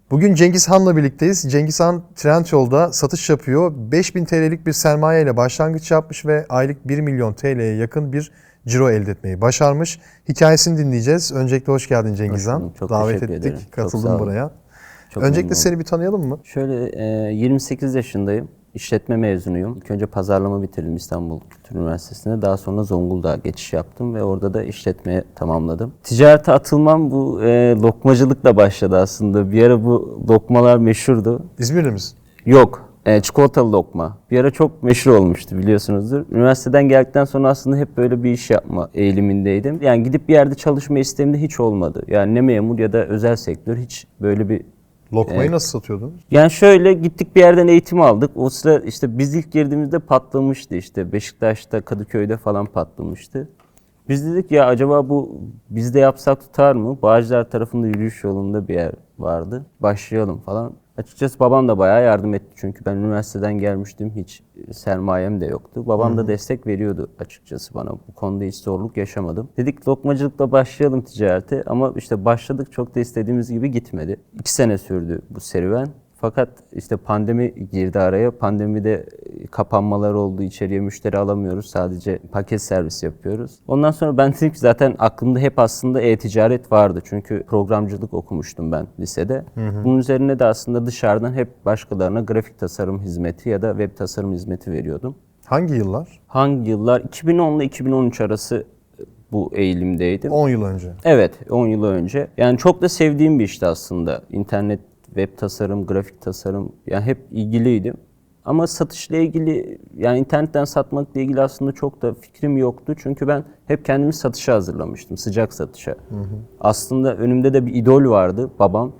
Bugün Cengiz Han'la birlikteyiz. Cengiz Han Trendyol'da satış yapıyor. 5000 TL'lik bir sermaye ile başlangıç yapmış ve aylık 1 milyon TL'ye yakın bir ciro elde etmeyi başarmış. Hikayesini dinleyeceğiz. Öncelikle hoş geldin Cengiz Han. Çok Davet teşekkür ederim. ettik, katıldın buraya. Çok Öncelikle seni bir tanıyalım mı? Şöyle 28 yaşındayım. İşletme mezunuyum. İlk önce pazarlama bitirdim İstanbul Kültür Üniversitesi'nde. Daha sonra Zonguldak'a geçiş yaptım ve orada da işletmeye tamamladım. Ticarete atılmam bu lokmacılıkla başladı aslında. Bir ara bu lokmalar meşhurdu. İzmirli misin? Yok. Çikolatalı lokma. Bir ara çok meşhur olmuştu biliyorsunuzdur. Üniversiteden geldikten sonra aslında hep böyle bir iş yapma eğilimindeydim. Yani gidip bir yerde çalışma isteğimde hiç olmadı. Yani ne memur ya da özel sektör hiç böyle bir... Lokmayı nasıl satıyordun? Yani şöyle gittik bir yerden eğitim aldık. O sıra işte biz ilk girdiğimizde patlamıştı işte. Beşiktaş'ta, Kadıköy'de falan patlamıştı. Biz dedik ya acaba bu biz de yapsak tutar mı? Bağcılar tarafında yürüyüş yolunda bir yer vardı. Başlayalım falan. Açıkçası babam da bayağı yardım etti. Çünkü ben üniversiteden gelmiştim. Hiç sermayem de yoktu. Babam da destek veriyordu açıkçası bana. Bu konuda hiç zorluk yaşamadım. Dedik lokmacılıkla başlayalım ticarete. Ama işte başladık çok da istediğimiz gibi gitmedi. 2 sene sürdü bu serüven. Fakat işte pandemi girdi araya. Pandemide kapanmalar oldu. İçeriye müşteri alamıyoruz. Sadece paket servis yapıyoruz. Ondan sonra ben dedim ki zaten aklımda hep aslında e-ticaret vardı. Çünkü programcılık okumuştum ben lisede. Bunun üzerine de aslında dışarıdan hep başkalarına grafik tasarım hizmeti ya da web tasarım hizmeti veriyordum. Hangi yıllar? Hangi yıllar? 2010 ile 2013 arası bu eğilimdeydim. 10 yıl önce. Evet, 10 yıl önce. Yani çok da sevdiğim bir işti aslında. İnternet, web tasarım, grafik tasarım, yani hep ilgiliydim. Ama satışla ilgili, yani internetten satmakla ilgili aslında çok da fikrim yoktu. Çünkü ben hep kendimi satışa hazırlamıştım, sıcak satışa. Aslında önümde de bir idol vardı, babam.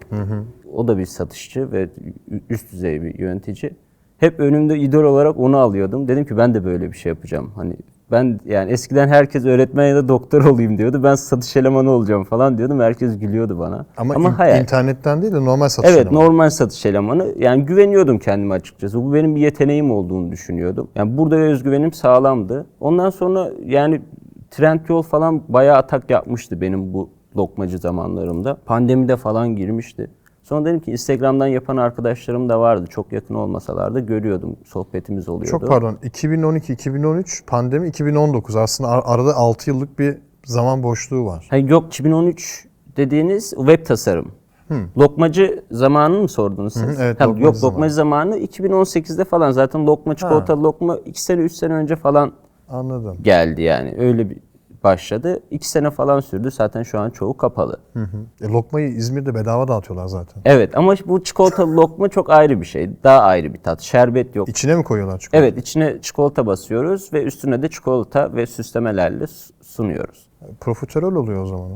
O da bir satışçı ve üst düzey bir yönetici. Hep önümde idol olarak onu alıyordum. Dedim ki ben de böyle bir şey yapacağım. Hani ben yani eskiden herkes öğretmen ya da doktor olayım diyordu. Ben satış elemanı olacağım falan diyordum. Herkes gülüyordu bana. Ama hayal. İnternetten değil de normal satış evet, elemanı. normal satış elemanı. Yani güveniyordum kendime açıkçası. Bu benim bir yeteneğim olduğunu düşünüyordum. Yani burada özgüvenim sağlamdı. Ondan sonra yani Trendyol falan bayağı atak yapmıştı benim bu lokmacı zamanlarımda. Pandemide falan girmişti. Sonra dedim ki Instagram'dan yapan arkadaşlarım da vardı. Çok yakın olmasalar da görüyordum. Sohbetimiz oluyordu. Çok pardon. 2012-2013, pandemi 2019. Aslında arada 6 yıllık bir zaman boşluğu var. Hayır, yok 2013 dediğiniz web tasarım. Lokmacı zamanını mı sordunuz siz? Evet, yok lokmacı zamanı 2018'de falan. Zaten lokma, çikolatalı lokma 2 sene 3 sene önce falan Anladım. geldi yani. Öyle bir başladı. 2 sene falan sürdü. Zaten şu an çoğu kapalı. Lokmayı İzmir'de bedava dağıtıyorlar zaten. Evet ama bu çikolatalı lokma çok ayrı bir şey. Daha ayrı bir tat. Şerbet yok. İçine mi koyuyorlar çikolata? Evet, içine çikolata basıyoruz ve üstüne de çikolata ve süslemelerle sunuyoruz. Profiterol oluyor o zaman.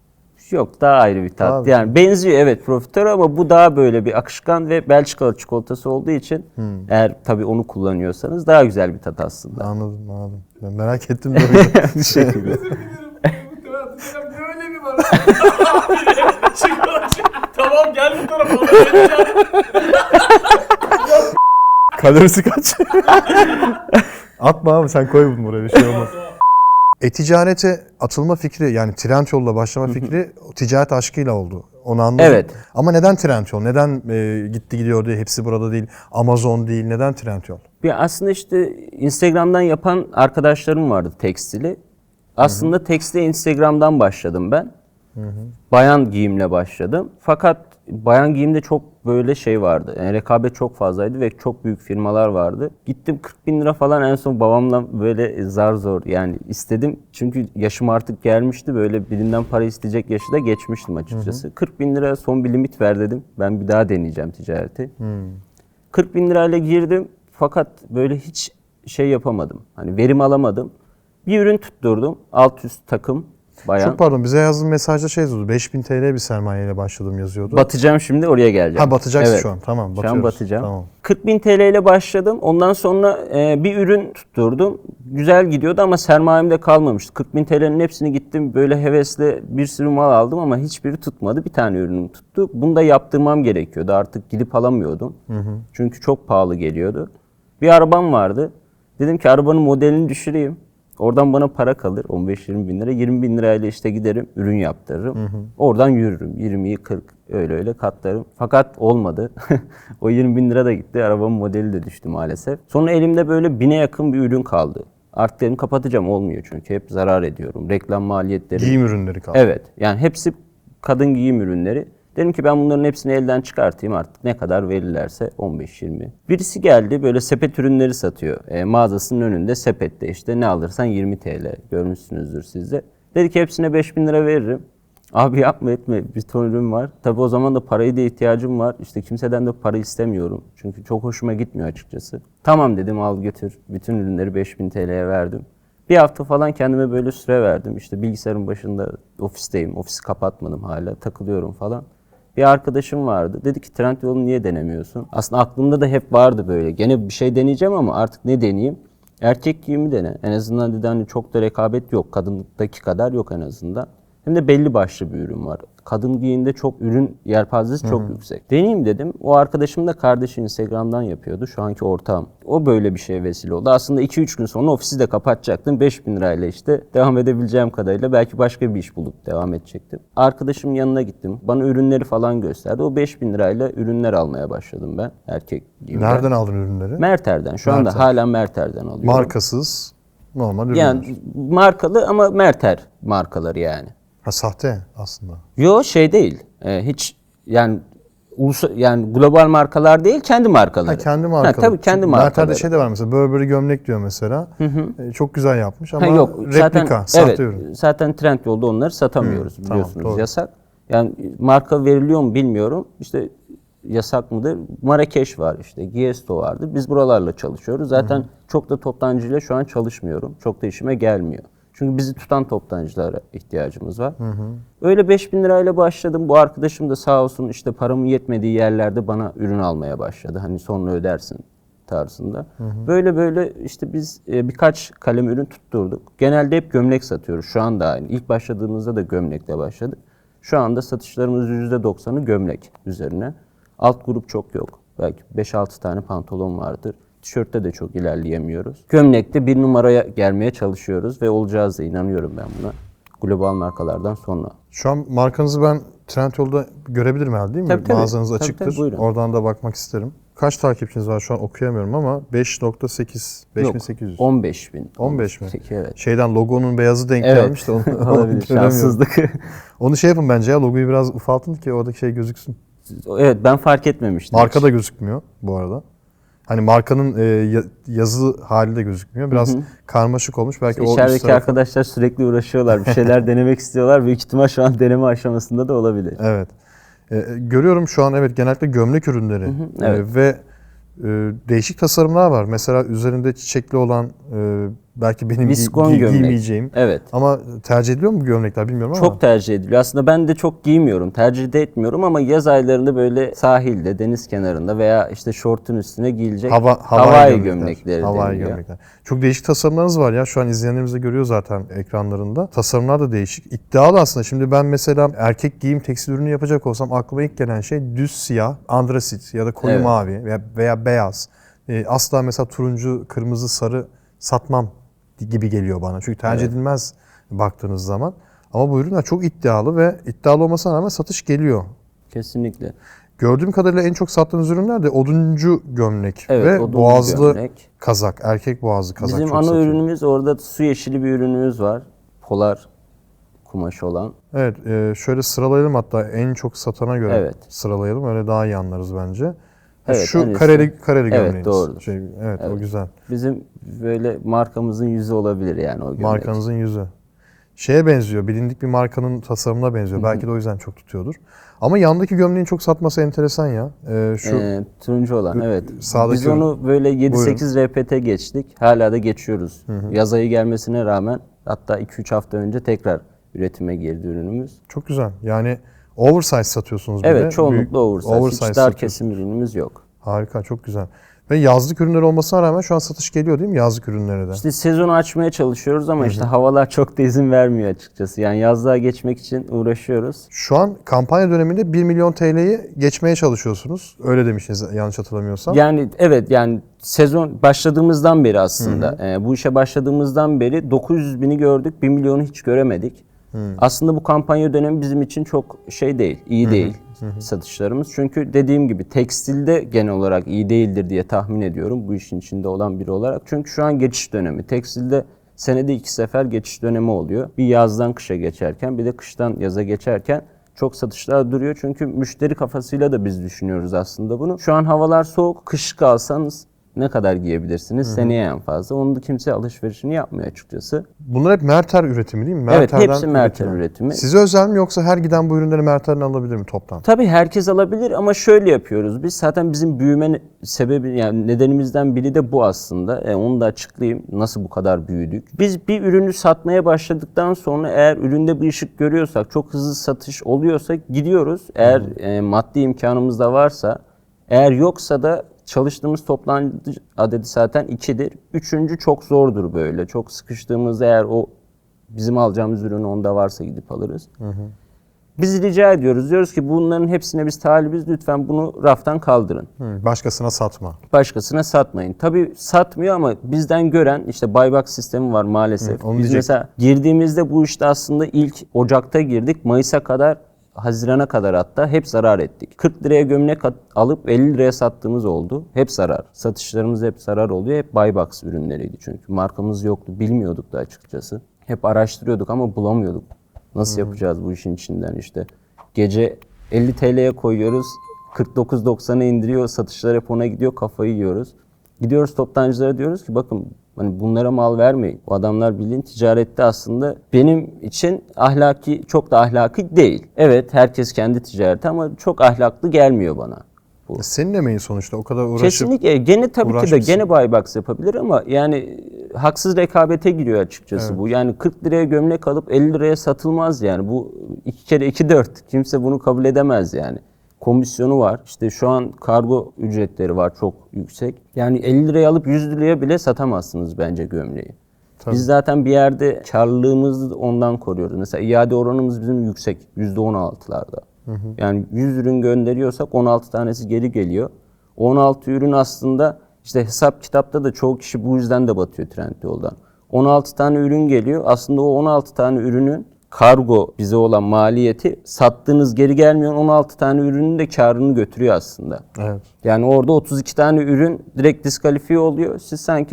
Yok, daha ayrı bir tat. Daha Yani benziyor evet profiterol ama bu daha böyle bir akışkan ve Belçikalı çikolatası olduğu için eğer tabii onu kullanıyorsanız daha güzel bir tat aslında. Anladım. Ben merak ettim de öyle. Teşekkürler. Böyle mi var? Tamam gel bu tarafa. Kalorisi kaç? Atma abi, sen koy bunu buraya, bir şey olmaz. E-ticarete atılma fikri, yani Trendyol'la başlama fikri ticaret aşkıyla oldu. Onu anladım. Evet. Ama neden Trendyol? Neden gitti gidiyor diye hepsi burada değil, Amazon değil, neden Trendyol? Bir aslında işte Instagram'dan yapan arkadaşlarım vardı tekstili. Aslında tekstile Instagram'dan başladım ben. Bayan giyimle başladım. Fakat bayan giyimde çok böyle şey vardı. Yani rekabet çok fazlaydı ve çok büyük firmalar vardı. Gittim 40 bin lira falan en son babamla böyle zar zor yani istedim. Çünkü yaşım artık gelmişti. Böyle birinden para isteyecek yaşı da geçmiştim açıkçası. 40 bin lira son bir limit ver dedim. Ben bir daha deneyeceğim ticareti. 40 bin lirayla girdim. Fakat böyle hiç şey yapamadım. Hani verim alamadım. Bir ürün tutturdum. Alt üst takım. Bayan. Çok pardon, bize yazdığın mesajda şey yazıyordu. 5000 TL bir sermayeyle başladım yazıyordu. Batacağım şimdi, oraya geleceğim. Ha, batacaksın Evet. şu an. Tamam, Şu batıyoruz. an batacağım. Tamam. 40 bin TL ile başladım. Ondan sonra bir ürün tutturdum. Güzel gidiyordu ama sermayem de kalmamıştı. 40 bin TL'nin hepsini gittim böyle hevesle bir sürü mal aldım ama hiçbiri tutmadı. Bir tane ürünüm tuttu. Bunu da yaptırmam gerekiyordu. Artık gidip alamıyordum. Çünkü çok pahalı geliyordu. Bir arabam vardı. Dedim ki arabanın modelini düşüreyim. Oradan bana para kalır 15-20 bin lira. 20 bin lirayla işte giderim ürün yaptırırım. Oradan yürürüm 20'yi 40 öyle katlarım. Fakat olmadı. O 20 bin lira da gitti. Arabamın modeli de düştü maalesef. Sonra elimde böyle 1000'e yakın bir ürün kaldı. Artık dedim kapatacağım, olmuyor çünkü hep zarar ediyorum. Reklam maliyetleri. Giyim ürünleri kaldı. Evet, yani hepsi kadın giyim ürünleri. Dedim ki ben bunların hepsini elden çıkartayım, artık ne kadar verirlerse 15-20. Birisi geldi böyle sepet ürünleri satıyor. Mağazasının önünde sepette işte ne alırsan 20 TL, görmüşsünüzdür siz de. Dedi ki hepsine 5.000 lira veririm. Abi yapma etme, bir ton ürün var. Tabii o zaman da parayı da ihtiyacım var. İşte kimseden de para istemiyorum. Çünkü çok hoşuma gitmiyor açıkçası. Tamam dedim, al götür. Bütün ürünleri 5.000 TL'ye verdim. Bir hafta falan kendime böyle süre verdim. İşte bilgisayarın başında ofisteyim. Ofisi kapatmadım hala. Takılıyorum falan. Bir arkadaşım vardı. Dedi ki Trendyol'u niye denemiyorsun? Aslında aklımda da hep vardı böyle. Gene bir şey deneyeceğim ama artık ne deneyeyim? Erkek giyimi dene. En azından dedi hani çok da rekabet yok. Kadındaki kadar yok en azından. Hem de belli başlı bir ürün var. Kadın giyiminde çok ürün yelpazesi çok yüksek. Deneyeyim dedim. O arkadaşım da kardeşi Instagram'dan yapıyordu. Şu anki ortağım. O böyle bir şey vesile oldu. Aslında 2-3 gün sonra ofisi de kapatacaktım. 5.000 lirayla işte devam edebileceğim kadarıyla belki başka bir iş bulup devam edecektim. Arkadaşımın yanına gittim. Bana ürünleri falan gösterdi. O 5.000 lirayla ürünler almaya başladım ben. Erkek giyimden. Nereden aldın ürünleri? Merter'den. Şu anda hala Merter'den alıyorum. Markasız, normal ürünler. Yani markalı ama Merter markaları yani. Ha, sahte aslında. Yo şey değil. Hiç yani yani global markalar değil, kendi markaları. Ha, kendi markaları. Tabii kendi markaları. Mert'te şey de var mesela, Burberry gömlek diyor mesela. Çok güzel yapmış ama Yok, replika, sahte ürün. Zaten Trendyol'da onları satamıyoruz biliyorsunuz, tamam, doğru. yasak. Yani marka veriliyor mu bilmiyorum. İşte yasak mıdır? Marrakeş var işte, Giesto vardı. Biz buralarla çalışıyoruz. Zaten çok da toptancıyla şu an çalışmıyorum. Çok da işime gelmiyor. Çünkü bizi tutan toptancılara ihtiyacımız var. Öyle 5.000 lirayla başladım. Bu arkadaşım da sağ olsun işte paramın yetmediği yerlerde bana ürün almaya başladı. Hani sonra ödersin tarzında. Böyle işte biz birkaç kalem ürün tutturduk. Genelde hep gömlek satıyoruz. Şu anda aynı. İlk başladığımızda da gömlekle başladık. Şu anda satışlarımız %90'ı gömlek üzerine. Alt grup çok yok. Belki 5-6 tane pantolon vardır. Tişörtte de çok ilerleyemiyoruz. Gömlekte bir numaraya gelmeye çalışıyoruz ve olacağız da inanıyorum ben buna. Global markalardan sonra. Şu an markanızı ben Trendyol'da görebilirim herhalde, değil mi? Tabii. Mağazanız Tabii, açıktır. buyurun. Oradan da bakmak isterim. Kaç takipçiniz var şu an okuyamıyorum ama 5.8, 5.800. 15 bin. 15 mi? Evet. Şeyden logonun beyazı denk Evet. gelmiş de onu Olabilir. göremiyorum. Şanssızlık. Onu şey yapın bence ya, logoyu biraz ufaltın ki oradaki şey gözüksün. Evet, ben fark etmemiştim. Marka da gözükmüyor bu arada. Hani markanın yazı hali de gözükmüyor. Biraz karmaşık olmuş. Belki o üst İçerideki tarafı- arkadaşlar sürekli uğraşıyorlar. Bir şeyler denemek istiyorlar. Büyük ihtimal şu an deneme aşamasında da olabilir. Evet. Görüyorum şu an, evet, genellikle gömlek ürünleri evet. ve değişik tasarımlar var. Mesela üzerinde çiçekli olan belki benim Viskon gömlek. giymeyeceğim. Evet. Ama tercih ediliyor mu bu gömlekler bilmiyorum ama. Çok tercih ediliyor. Aslında ben de çok giymiyorum, tercih de etmiyorum ama yaz aylarında böyle sahilde, deniz kenarında veya işte şortun üstüne giyilecek Hawaii gömlekleri Hawaii deniliyor. gömlekler. Çok değişik tasarımlarınız var ya. Şu an izleyenlerimiz de görüyor zaten ekranlarında. Tasarımlar da değişik. İddialı aslında. Şimdi ben mesela erkek giyim tekstil ürünü yapacak olsam aklıma ilk gelen şey düz siyah, antrasit ya da koyu Evet. mavi veya beyaz. Asla mesela turuncu, kırmızı, sarı satmam gibi geliyor bana. Çünkü tercih edilmez baktığınız zaman. Ama bu ürünler çok iddialı ve iddialı olmasına rağmen satış geliyor. Kesinlikle. Gördüğüm kadarıyla en çok sattığınız ürünler de oduncu gömlek Evet, ve oduncu boğazlı gömlek. kazak, erkek boğazlı kazak Bizim çok ana satıyor. ürünümüz orada su yeşili bir ürünümüz var. Polar kumaşı olan. Evet, şöyle sıralayalım, hatta en çok satana göre Evet. sıralayalım. Öyle daha iyi anlarız bence. Evet, en Şu iyisi. kareli Evet, gömleğiniz. doğrudur. Evet, o güzel. Bizim böyle markamızın yüzü olabilir yani o gömlek. Markanızın yüzü. Şeye benziyor, bilindik bir markanın tasarımına benziyor. Belki de o yüzden çok tutuyordur. Ama yandaki gömleğin çok satması enteresan ya. Şu Turuncu olan, evet. sağdaki Biz onu böyle 7-8 Buyurun. RPT geçtik. Hala da geçiyoruz. Yaz ayı gelmesine rağmen hatta 2-3 hafta önce tekrar üretime girdi ürünümüz. çok güzel. Yani oversize satıyorsunuz bir de. Evet, çoğunlukla Büyük- oversize. Hiç dar satıyorsunuz. kesim ürünümüz yok. Harika, çok güzel. Ve yazlık ürünler olmasına rağmen şu an satış geliyor değil mi yazlık ürünlere de? İşte sezonu açmaya çalışıyoruz ama işte havalar çok da izin vermiyor açıkçası. Yani yazlığa geçmek için uğraşıyoruz. Şu an kampanya döneminde 1 milyon TL'yi geçmeye çalışıyorsunuz. Öyle demiştiniz yanlış hatırlamıyorsam. Yani evet, yani sezon başladığımızdan beri aslında bu işe başladığımızdan beri 900 bini gördük, 1 milyonu hiç göremedik. Aslında bu kampanya dönemi bizim için çok şey değil, iyi değil satışlarımız. Çünkü dediğim gibi tekstilde genel olarak iyi değildir diye tahmin ediyorum bu işin içinde olan biri olarak. Çünkü şu an geçiş dönemi. Tekstilde senede 2 sefer geçiş dönemi oluyor. Bir yazdan kışa geçerken, bir de kıştan yaza geçerken çok satışlar duruyor. Çünkü müşteri kafasıyla da biz düşünüyoruz aslında bunu. Şu an havalar soğuk, kış kalsanız ne kadar giyebilirsiniz? Seneye en fazla. Onun da kimse alışverişini yapmıyor açıkçası. Bunlar hep Merter üretimi değil mi? Evet, Merter'den hepsi Merter üretimi. Size özel mi yoksa her giden bu ürünleri Merter'den alabilir mi toptan? Tabii herkes alabilir ama şöyle yapıyoruz biz. Zaten bizim büyüme sebebi, yani nedenimizden biri de bu aslında. Onu da açıklayayım nasıl bu kadar büyüdük. Biz bir ürünü satmaya başladıktan sonra eğer üründe bir ışık görüyorsak, çok hızlı satış oluyorsa gidiyoruz. Eğer maddi imkanımız da varsa, eğer yoksa da çalıştığımız toplantıcı adedi zaten 2'dir. Üçüncü çok zordur böyle. Çok sıkıştığımızda eğer o bizim alacağımız ürünü onda varsa gidip alırız. Biz rica ediyoruz. Diyoruz ki bunların hepsine biz talibiz. Lütfen bunu raftan kaldırın. Başkasına satma. Başkasına satmayın. Tabii satmıyor ama bizden gören işte buyback sistemi var maalesef. Onu Biz diyecektim. mesela girdiğimizde bu işte aslında ilk Ocak'ta girdik. Mayıs'a kadar, Haziran'a kadar hatta hep zarar ettik. 40 liraya gömlek alıp 50 liraya sattığımız oldu. Hep zarar. Satışlarımız hep zarar oluyor. Hep buybox ürünleriydi çünkü. Markamız yoktu. Bilmiyorduk da açıkçası. Hep araştırıyorduk ama bulamıyorduk. Nasıl yapacağız bu işin içinden işte. Gece 50 TL'ye koyuyoruz. 49.90'a indiriyor. Satışlar hep ona gidiyor. Kafayı yiyoruz. Gidiyoruz toptancılara, diyoruz ki bakın hani bunlara mal vermeyin. Bu adamlar bildiğin ticarette aslında benim için ahlaki, çok da ahlaki değil. Evet, herkes kendi ticareti ama çok ahlaklı gelmiyor bana. Senin emeğin sonuçta o kadar uğraşıp... Kesinlikle. Gene tabii ki de uğraşmışsın. gene buybox yapabilir ama yani haksız rekabete giriyor açıkçası bu. Yani 40 liraya gömlek alıp 50 liraya satılmaz yani. Bu 2 kere 2 4. Kimse bunu kabul edemez yani. Komisyonu var. İşte şu an kargo ücretleri var çok yüksek. Yani 50 liraya alıp 100 liraya bile satamazsınız bence gömleği. Tabii. Biz zaten bir yerde karlılığımızı ondan koruyoruz. Mesela iade oranımız bizim yüksek. %16'larda. Yani 100 ürün gönderiyorsak 16 tanesi geri geliyor. 16 ürün aslında işte hesap kitapta da çoğu kişi bu yüzden de batıyor Trendyol'dan. 16 tane ürün geliyor. Aslında o 16 tane ürünün kargo bize olan maliyeti sattığınız geri gelmeyen 16 tane ürünün de karını götürüyor aslında. Evet. Yani orada 32 tane ürün direkt diskalifiye oluyor. Siz sanki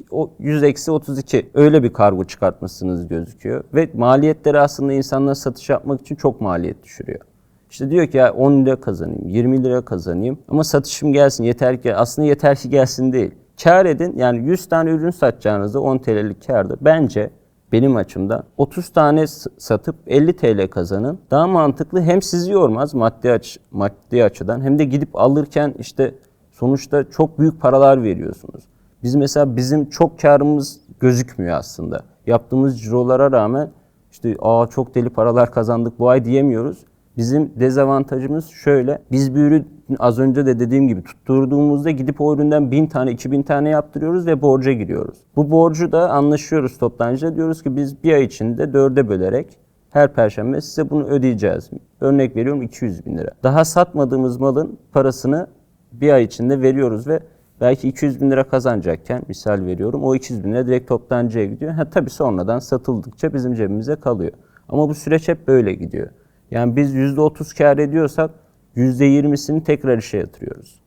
100-32 öyle bir kargo çıkartmışsınız gözüküyor. Ve maliyetleri aslında insanlara satış yapmak için çok maliyet düşürüyor. İşte diyor ki ya 10 lira kazanayım, 20 lira kazanayım ama satışım gelsin, yeter ki, aslında yeter ki gelsin değil. Kâr edin, yani 100 tane ürün satacağınızda 10 TL'lik kârda bence benim açımdan 30 tane satıp 50 TL kazanın. Daha mantıklı, hem sizi yormaz maddi açıdan hem de gidip alırken işte sonuçta çok büyük paralar veriyorsunuz. Biz mesela bizim çok kârımız gözükmüyor aslında. Yaptığımız cirolara rağmen işte çok deli paralar kazandık bu ay diyemiyoruz. Bizim dezavantajımız şöyle, biz bir ürün az önce de dediğim gibi tutturduğumuzda gidip o üründen 1000 tane, 2000 tane yaptırıyoruz ve borca giriyoruz. Bu borcu da anlaşıyoruz toptancıyla, diyoruz ki biz bir ay içinde 4'e bölerek her perşembe size bunu ödeyeceğiz. Örnek veriyorum 200 bin lira. Daha satmadığımız malın parasını bir ay içinde veriyoruz ve belki 200 bin lira kazanacakken, misal veriyorum, o 200 bin lira direkt toptancıya gidiyor. Tabii sonradan satıldıkça bizim cebimize kalıyor. Ama bu süreç hep böyle gidiyor. Yani biz %30 kâr ediyorsak %20'sini tekrar işe yatırıyoruz.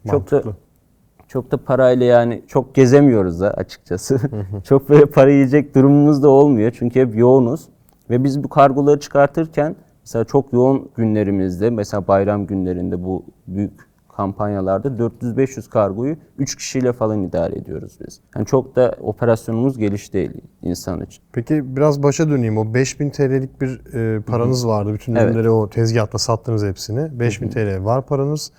Çok da parayla yani çok gezemiyoruz da açıkçası. Çok böyle para yiyecek durumumuz da olmuyor çünkü hep yoğunuz. Ve biz bu kargoları çıkartırken mesela çok yoğun günlerimizde, mesela bayram günlerinde bu büyük kampanyalarda 400-500 kargoyu 3 kişiyle falan idare ediyoruz biz. Yani çok da operasyonumuz geniş değil insan için. Peki biraz başa döneyim. O 5000 TL'lik bir paranız vardı. Bütün ürünleri o tezgahta sattınız hepsini. 5000 TL var paranız.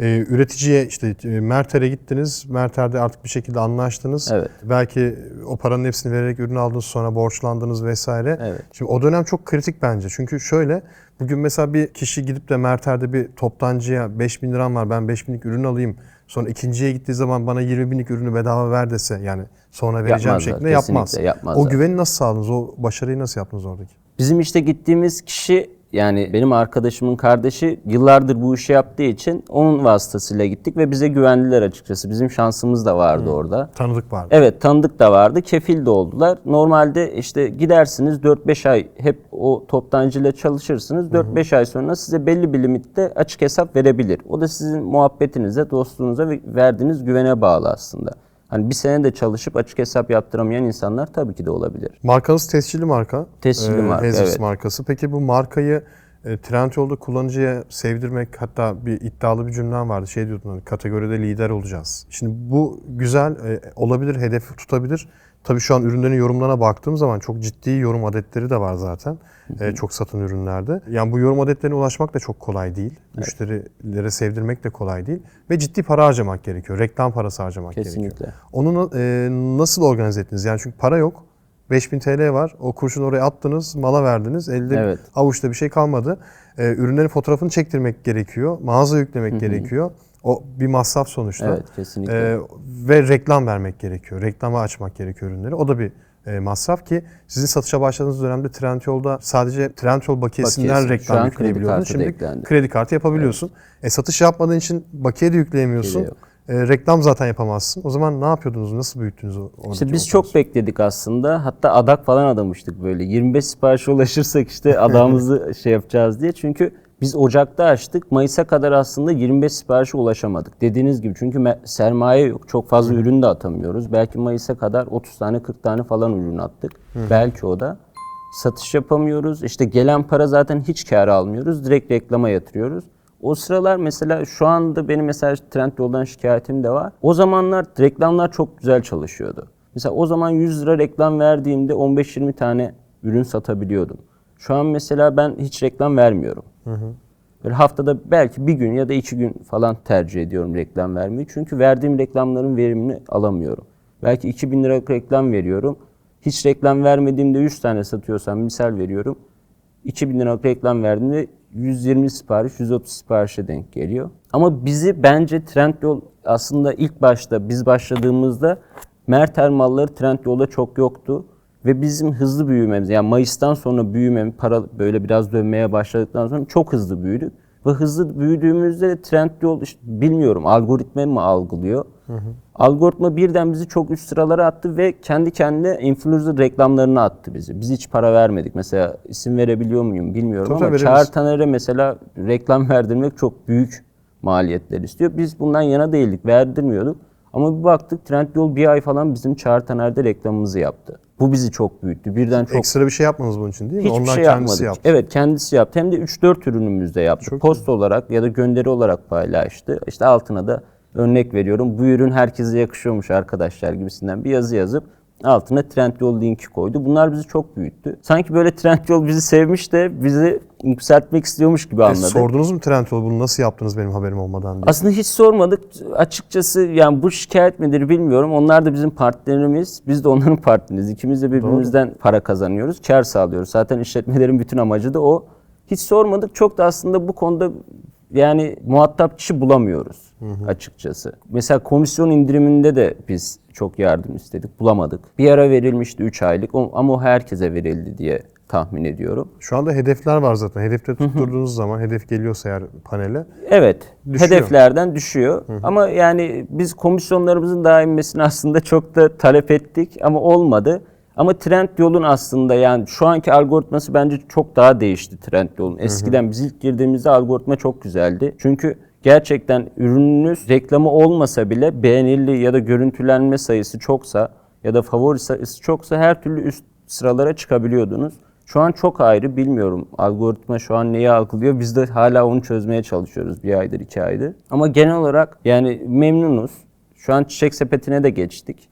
Üreticiye işte Merter'e gittiniz. Merter'de artık bir şekilde anlaştınız. Evet. Belki o paranın hepsini vererek ürün aldınız, sonra borçlandınız vesaire. Evet. Şimdi o dönem çok kritik bence. Çünkü şöyle, bugün mesela bir kişi gidip de Merter'de bir toptancıya 5.000 liram var, ben 5.000'lik ürün alayım. Sonra ikinciye gittiği zaman bana 20.000'lik ürünü bedava ver dese, yani sonra vereceğim Yapmazlar, şeklinde yapmaz. kesinlikle yapmazlar. O güveni nasıl sağladınız? O başarıyı nasıl yaptınız oradaki? Bizim işte gittiğimiz kişi, yani benim arkadaşımın kardeşi, yıllardır bu işi yaptığı için onun vasıtasıyla gittik ve bize güvendiler açıkçası. Bizim şansımız da vardı orada. Tanıdık vardı. Evet, tanıdık da vardı, kefil de oldular. Normalde işte gidersiniz 4-5 ay hep o toptancıyla çalışırsınız. 4-5 ay sonra size belli bir limitte açık hesap verebilir. O da sizin muhabbetinize, dostluğunuza ve verdiğiniz güvene bağlı aslında. Hani bir sene de çalışıp açık hesap yaptıramayan insanlar tabii ki de olabilir. Markanız tescilli marka. Tescilli marka, Hazers evet. markası. Peki bu markayı Trendyol'da kullanıcıya sevdirmek, hatta bir iddialı bir cümlem vardı. Şey diyordun, hani kategoride lider olacağız. Şimdi bu güzel olabilir, hedefi tutabilir. Tabii şu an ürünlerin yorumlarına baktığım zaman çok ciddi yorum adetleri de var zaten. Çok satın ürünlerde. Yani bu yorum adetlerine ulaşmak da çok kolay değil. Evet. Müşterilere sevdirmek de kolay değil. Ve ciddi para harcamak gerekiyor. Reklam parası harcamak Kesinlikle. gerekiyor. Onu nasıl organize ettiniz? Yani çünkü para yok. 5.000 TL var. O kurşunu oraya attınız, mala verdiniz. Elde Evet. avuçta bir şey kalmadı. Ürünlerin fotoğrafını çektirmek gerekiyor. Mağaza yüklemek gerekiyor. O bir masraf sonuçta. Evet, kesinlikle. Ve reklam vermek gerekiyor. Reklama açmak gerekiyor ürünleri. O da bir masraf ki sizin satışa başladığınız dönemde Trendyol'da sadece Trendyol bakiyesinden Bakiyesi. Şu reklam an yükleyebiliyordun. kredi kartı da Şimdi eklendi. kredi kartı yapabiliyorsun. Satış yapmadığın için bakiye de yükleyemiyorsun. Yok. Reklam zaten yapamazsın. O zaman ne yapıyordunuz? Nasıl büyüttünüz oradaki İşte biz çok bekledik aslında. Hatta adak falan adamıştık böyle. 25 siparişe ulaşırsak işte adağımızı şey yapacağız diye. Çünkü biz Ocak'ta açtık. Mayıs'a kadar aslında 25 siparişe ulaşamadık. Dediğiniz gibi, çünkü sermaye yok. Çok fazla ürün de atamıyoruz. Belki Mayıs'a kadar 30 tane 40 tane falan ürün attık. Belki o da. Satış yapamıyoruz. İşte gelen para zaten hiç kâr almıyoruz. Direkt reklama yatırıyoruz. O sıralar mesela şu anda benim mesela Trendyol'dan şikayetim de var. O zamanlar reklamlar çok güzel çalışıyordu. Mesela o zaman 100 lira reklam verdiğimde 15-20 tane ürün satabiliyordum. Şu an mesela ben hiç reklam vermiyorum. Böyle haftada belki bir gün ya da 2 gün falan tercih ediyorum reklam vermeyi. Çünkü verdiğim reklamların verimini alamıyorum. Belki 2.000 liralık reklam veriyorum. Hiç reklam vermediğimde 100 tane satıyorsam, misal veriyorum, 2.000 liralık reklam verdiğimde 120 sipariş, 130 siparişe denk geliyor. Ama bizi bence Trendyol aslında ilk başta biz başladığımızda Merter malları Trendyol'da çok yoktu. Ve bizim hızlı büyümemiz, yani Mayıs'tan sonra büyümemiz, para böyle biraz dönmeye başladıktan sonra çok hızlı büyüdük. Ve hızlı büyüdüğümüzde de Trendyol, işte bilmiyorum, algoritma mı algılıyor? Algoritma birden bizi çok üst sıralara attı ve kendi kendine influencer reklamlarını attı bizi. Biz hiç para vermedik. Mesela isim verebiliyor muyum bilmiyorum ama Çağrı Taner'e mesela reklam verdirmek çok büyük maliyetler istiyor. Biz bundan yana değildik, verdirmiyorduk. Ama bir baktık Trendyol bir ay falan bizim Çağrı Taner'de reklamımızı yaptı. Bu bizi çok büyüttü. Birden çok... Ekstra bir şey yapmadınız bunun için değil mi? Hiçbir Onlar şey kendisi yapmadık. yaptı. Evet, kendisi yaptı. Hem de 3-4 ürünümüzde yaptı. Çok Post olarak ya da gönderi olarak paylaştı. İşte altına da örnek veriyorum, bu ürün herkese yakışıyormuş arkadaşlar gibisinden bir yazı yazıp altına Trendyol linki koydu. Bunlar bizi çok büyüttü. Sanki böyle Trendyol bizi sevmiş de bizi yükseltmek istiyormuş gibi anladık. Sordunuz mu Trendyol bunu nasıl yaptınız benim haberim olmadan diye? Aslında hiç sormadık. Açıkçası yani bu şikayet midir bilmiyorum. Onlar da bizim partnerimiz, biz de onların partneriyiz. İkimiz de birbirimizden para kazanıyoruz, kar sağlıyoruz. Zaten işletmelerin bütün amacı da o. Hiç sormadık. Çok da aslında bu konuda yani muhatap kişi bulamıyoruz açıkçası. Mesela komisyon indiriminde de biz çok yardım istedik, bulamadık. Bir ara verilmişti 3 aylık ama o herkese verildi diye tahmin ediyorum. Şu anda hedefler var zaten. Hedefte tutturduğunuz zaman, hedef geliyorsa eğer panele. Evet, düşüyor. hedeflerden düşüyor. Ama yani biz komisyonlarımızın daha inmesini aslında çok da talep ettik ama olmadı. Ama Trendyol'un aslında yani şu anki algoritması bence çok daha değişti Trendyol'un. Eskiden biz ilk girdiğimizde algoritma çok güzeldi. Çünkü gerçekten ürününüz reklamı olmasa bile beğenildi ya da görüntülenme sayısı çoksa ya da favori sayısı çoksa her türlü üst sıralara çıkabiliyordunuz. Şu an çok ayrı, bilmiyorum algoritma şu an neyi algılıyor, biz de hala onu çözmeye çalışıyoruz 1 aydır 2 aydır. Ama genel olarak yani memnunuz. Şu an Çiçek Sepeti'ne de geçtik.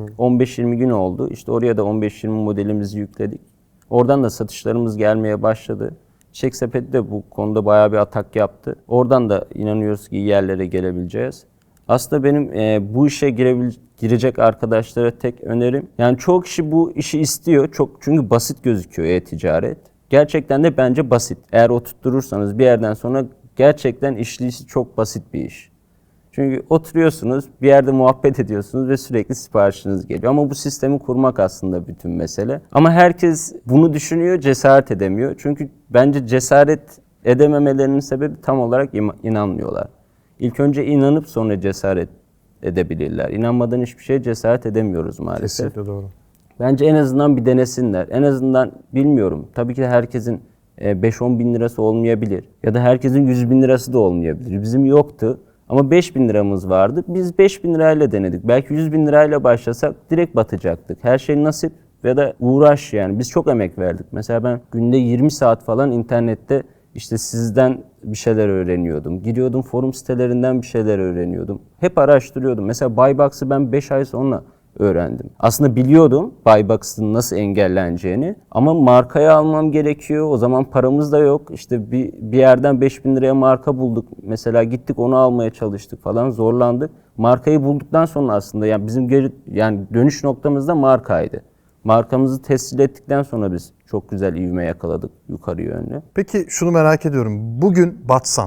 15-20 gün oldu. İşte oraya da 15-20 modelimizi yükledik. Oradan da satışlarımız gelmeye başladı. Çiçek Sepeti de bu konuda bayağı bir atak yaptı. Oradan da inanıyoruz ki iyi yerlere gelebileceğiz. Aslında benim bu işe girecek arkadaşlara tek önerim, yani çoğu kişi bu işi istiyor. Çünkü basit gözüküyor e-ticaret. Gerçekten de bence basit. Eğer oturturursanız bir yerden sonra gerçekten işleyişi çok basit bir iş. Çünkü oturuyorsunuz, bir yerde muhabbet ediyorsunuz ve sürekli siparişiniz geliyor. Ama bu sistemi kurmak aslında bütün mesele. Ama herkes bunu düşünüyor, cesaret edemiyor. Çünkü bence cesaret edememelerinin sebebi tam olarak inanmıyorlar. İlk önce inanıp sonra cesaret edebilirler. İnanmadan hiçbir şeye cesaret edemiyoruz maalesef. Kesinlikle doğru. Bence en azından bir denesinler. En azından bilmiyorum. Tabii ki de herkesin 5-10 bin lirası olmayabilir. Ya da herkesin 100 bin lirası da olmayabilir. Bizim yoktu. Ama 5 bin liramız vardı. Biz 5 bin lirayla denedik. Belki 100 bin lirayla başlasak direkt batacaktık. Her şey nasip ya da uğraş yani. Biz çok emek verdik. Mesela ben günde 20 saat falan internette işte sizden bir şeyler öğreniyordum. Giriyordum forum sitelerinden bir şeyler öğreniyordum. Hep araştırıyordum. Mesela Buybox'ı ben 5 ay sonra öğrendim. Aslında biliyordum Buybox'ın nasıl engelleneceğini ama markayı almam gerekiyor. O zaman paramız da yok. İşte bir yerden 5.000 liraya marka bulduk. Mesela gittik onu almaya çalıştık falan, zorlandık. Markayı bulduktan sonra aslında yani bizim dönüş noktamız da markaydı. Markamızı tescil ettikten sonra biz çok güzel ivme yakaladık yukarı yönlü. Peki şunu merak ediyorum. Bugün batsan,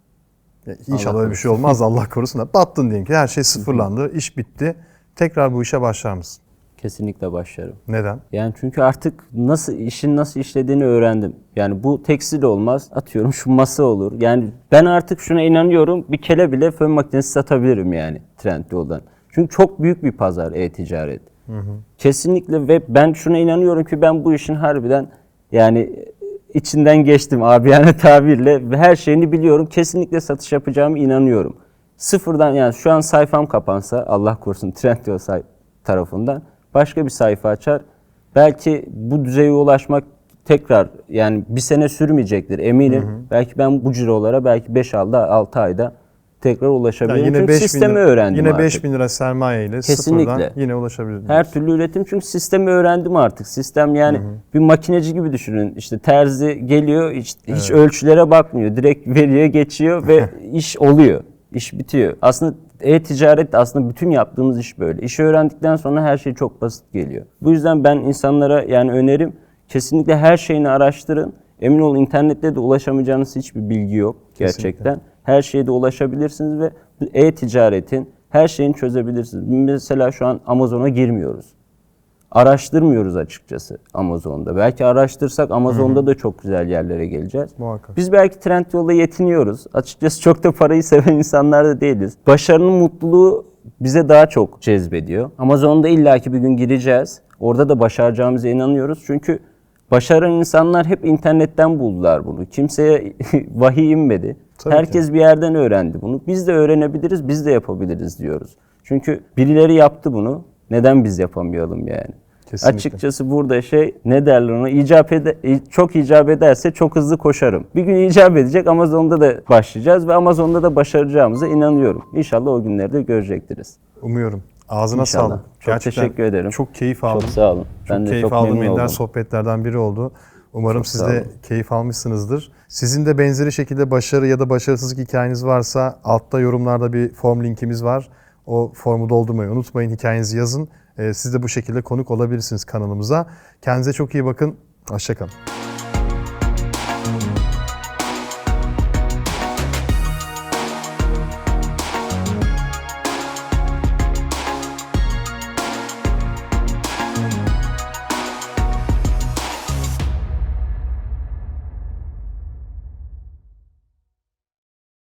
ya İnşallah öyle bir şey olmaz Allah korusun da, battın diyelim ki her şey sıfırlandı, iş bitti. Tekrar bu işe başlar mısın? Kesinlikle başlarım. Neden? Yani çünkü artık işin nasıl işlediğini öğrendim. Yani bu tekstil olmaz. Atıyorum şu masa olur. Yani ben artık şuna inanıyorum. Bir kele bile fön makinesi satabilirim yani Trendyol'dan. Çünkü çok büyük bir pazar e-ticaret. Kesinlikle ve ben şuna inanıyorum ki ben bu işin harbiden yani içinden geçtim abiyane tabirle ve her şeyini biliyorum. Kesinlikle satış yapacağımı inanıyorum. Sıfırdan yani şu an sayfam kapansa Allah korusun Trendyol tarafından başka bir sayfa açar. Belki bu düzeye ulaşmak tekrar yani bir sene sürmeyecektir eminim. Belki ben bu cirolara belki 5-6 ayda tekrar ulaşabilirim. Yani çünkü sistemi öğrendim yine artık. 5 bin lira sermaye ile sıfırdan yine ulaşabilirim. Her türlü üretim çünkü sistemi öğrendim artık. Sistem yani bir makineci gibi düşünün. İşte terzi geliyor hiç ölçülere bakmıyor. Direkt veriyor geçiyor ve iş oluyor. İş bitiyor. Aslında e-ticaret aslında bütün yaptığımız iş böyle. İşi öğrendikten sonra her şey çok basit geliyor. Bu yüzden ben insanlara yani önerim kesinlikle her şeyini araştırın. Emin olun internette de ulaşamayacağınız hiçbir bilgi yok gerçekten. Kesinlikle. Her şeye de ulaşabilirsiniz ve e-ticaretin her şeyini çözebilirsiniz. Mesela şu an Amazon'a girmiyoruz. Araştırmıyoruz açıkçası Amazon'da. Belki araştırsak Amazon'da da çok güzel yerlere geleceğiz. Muhakkak. Biz belki Trendyol'da yetiniyoruz. Açıkçası çok da parayı seven insanlar da değiliz. Başarının mutluluğu bize daha çok cezbediyor. Amazon'da illaki bir gün gireceğiz. Orada da başaracağımıza inanıyoruz. Çünkü başaran insanlar hep internetten buldular bunu. Kimseye vahiy inmedi. Tabii Herkes bir yerden öğrendi bunu. Biz de öğrenebiliriz, biz de yapabiliriz diyoruz. Çünkü birileri yaptı bunu. Neden biz yapamayalım yani? Kesinlikle. Açıkçası burada ne derler ona, çok icap ederse çok hızlı koşarım. Bir gün icap edecek, Amazon'da da başlayacağız ve Amazon'da da başaracağımıza inanıyorum. İnşallah o günleri de görecektiriz. Umuyorum. Ağzına İnşallah. sağlık. Çok Gerçekten teşekkür ederim. Çok keyif aldım. Çok sağ olun. Ben de keyif aldığım ender sohbetlerden biri oldu. Umarım çok siz de keyif almışsınızdır. Sizin de benzeri şekilde başarı ya da başarısızlık hikayeniz varsa altta yorumlarda bir form linkimiz var. O formu doldurmayı unutmayın. Hikayenizi yazın. Siz de bu şekilde konuk olabilirsiniz kanalımıza. Kendinize çok iyi bakın. Hoşça kalın.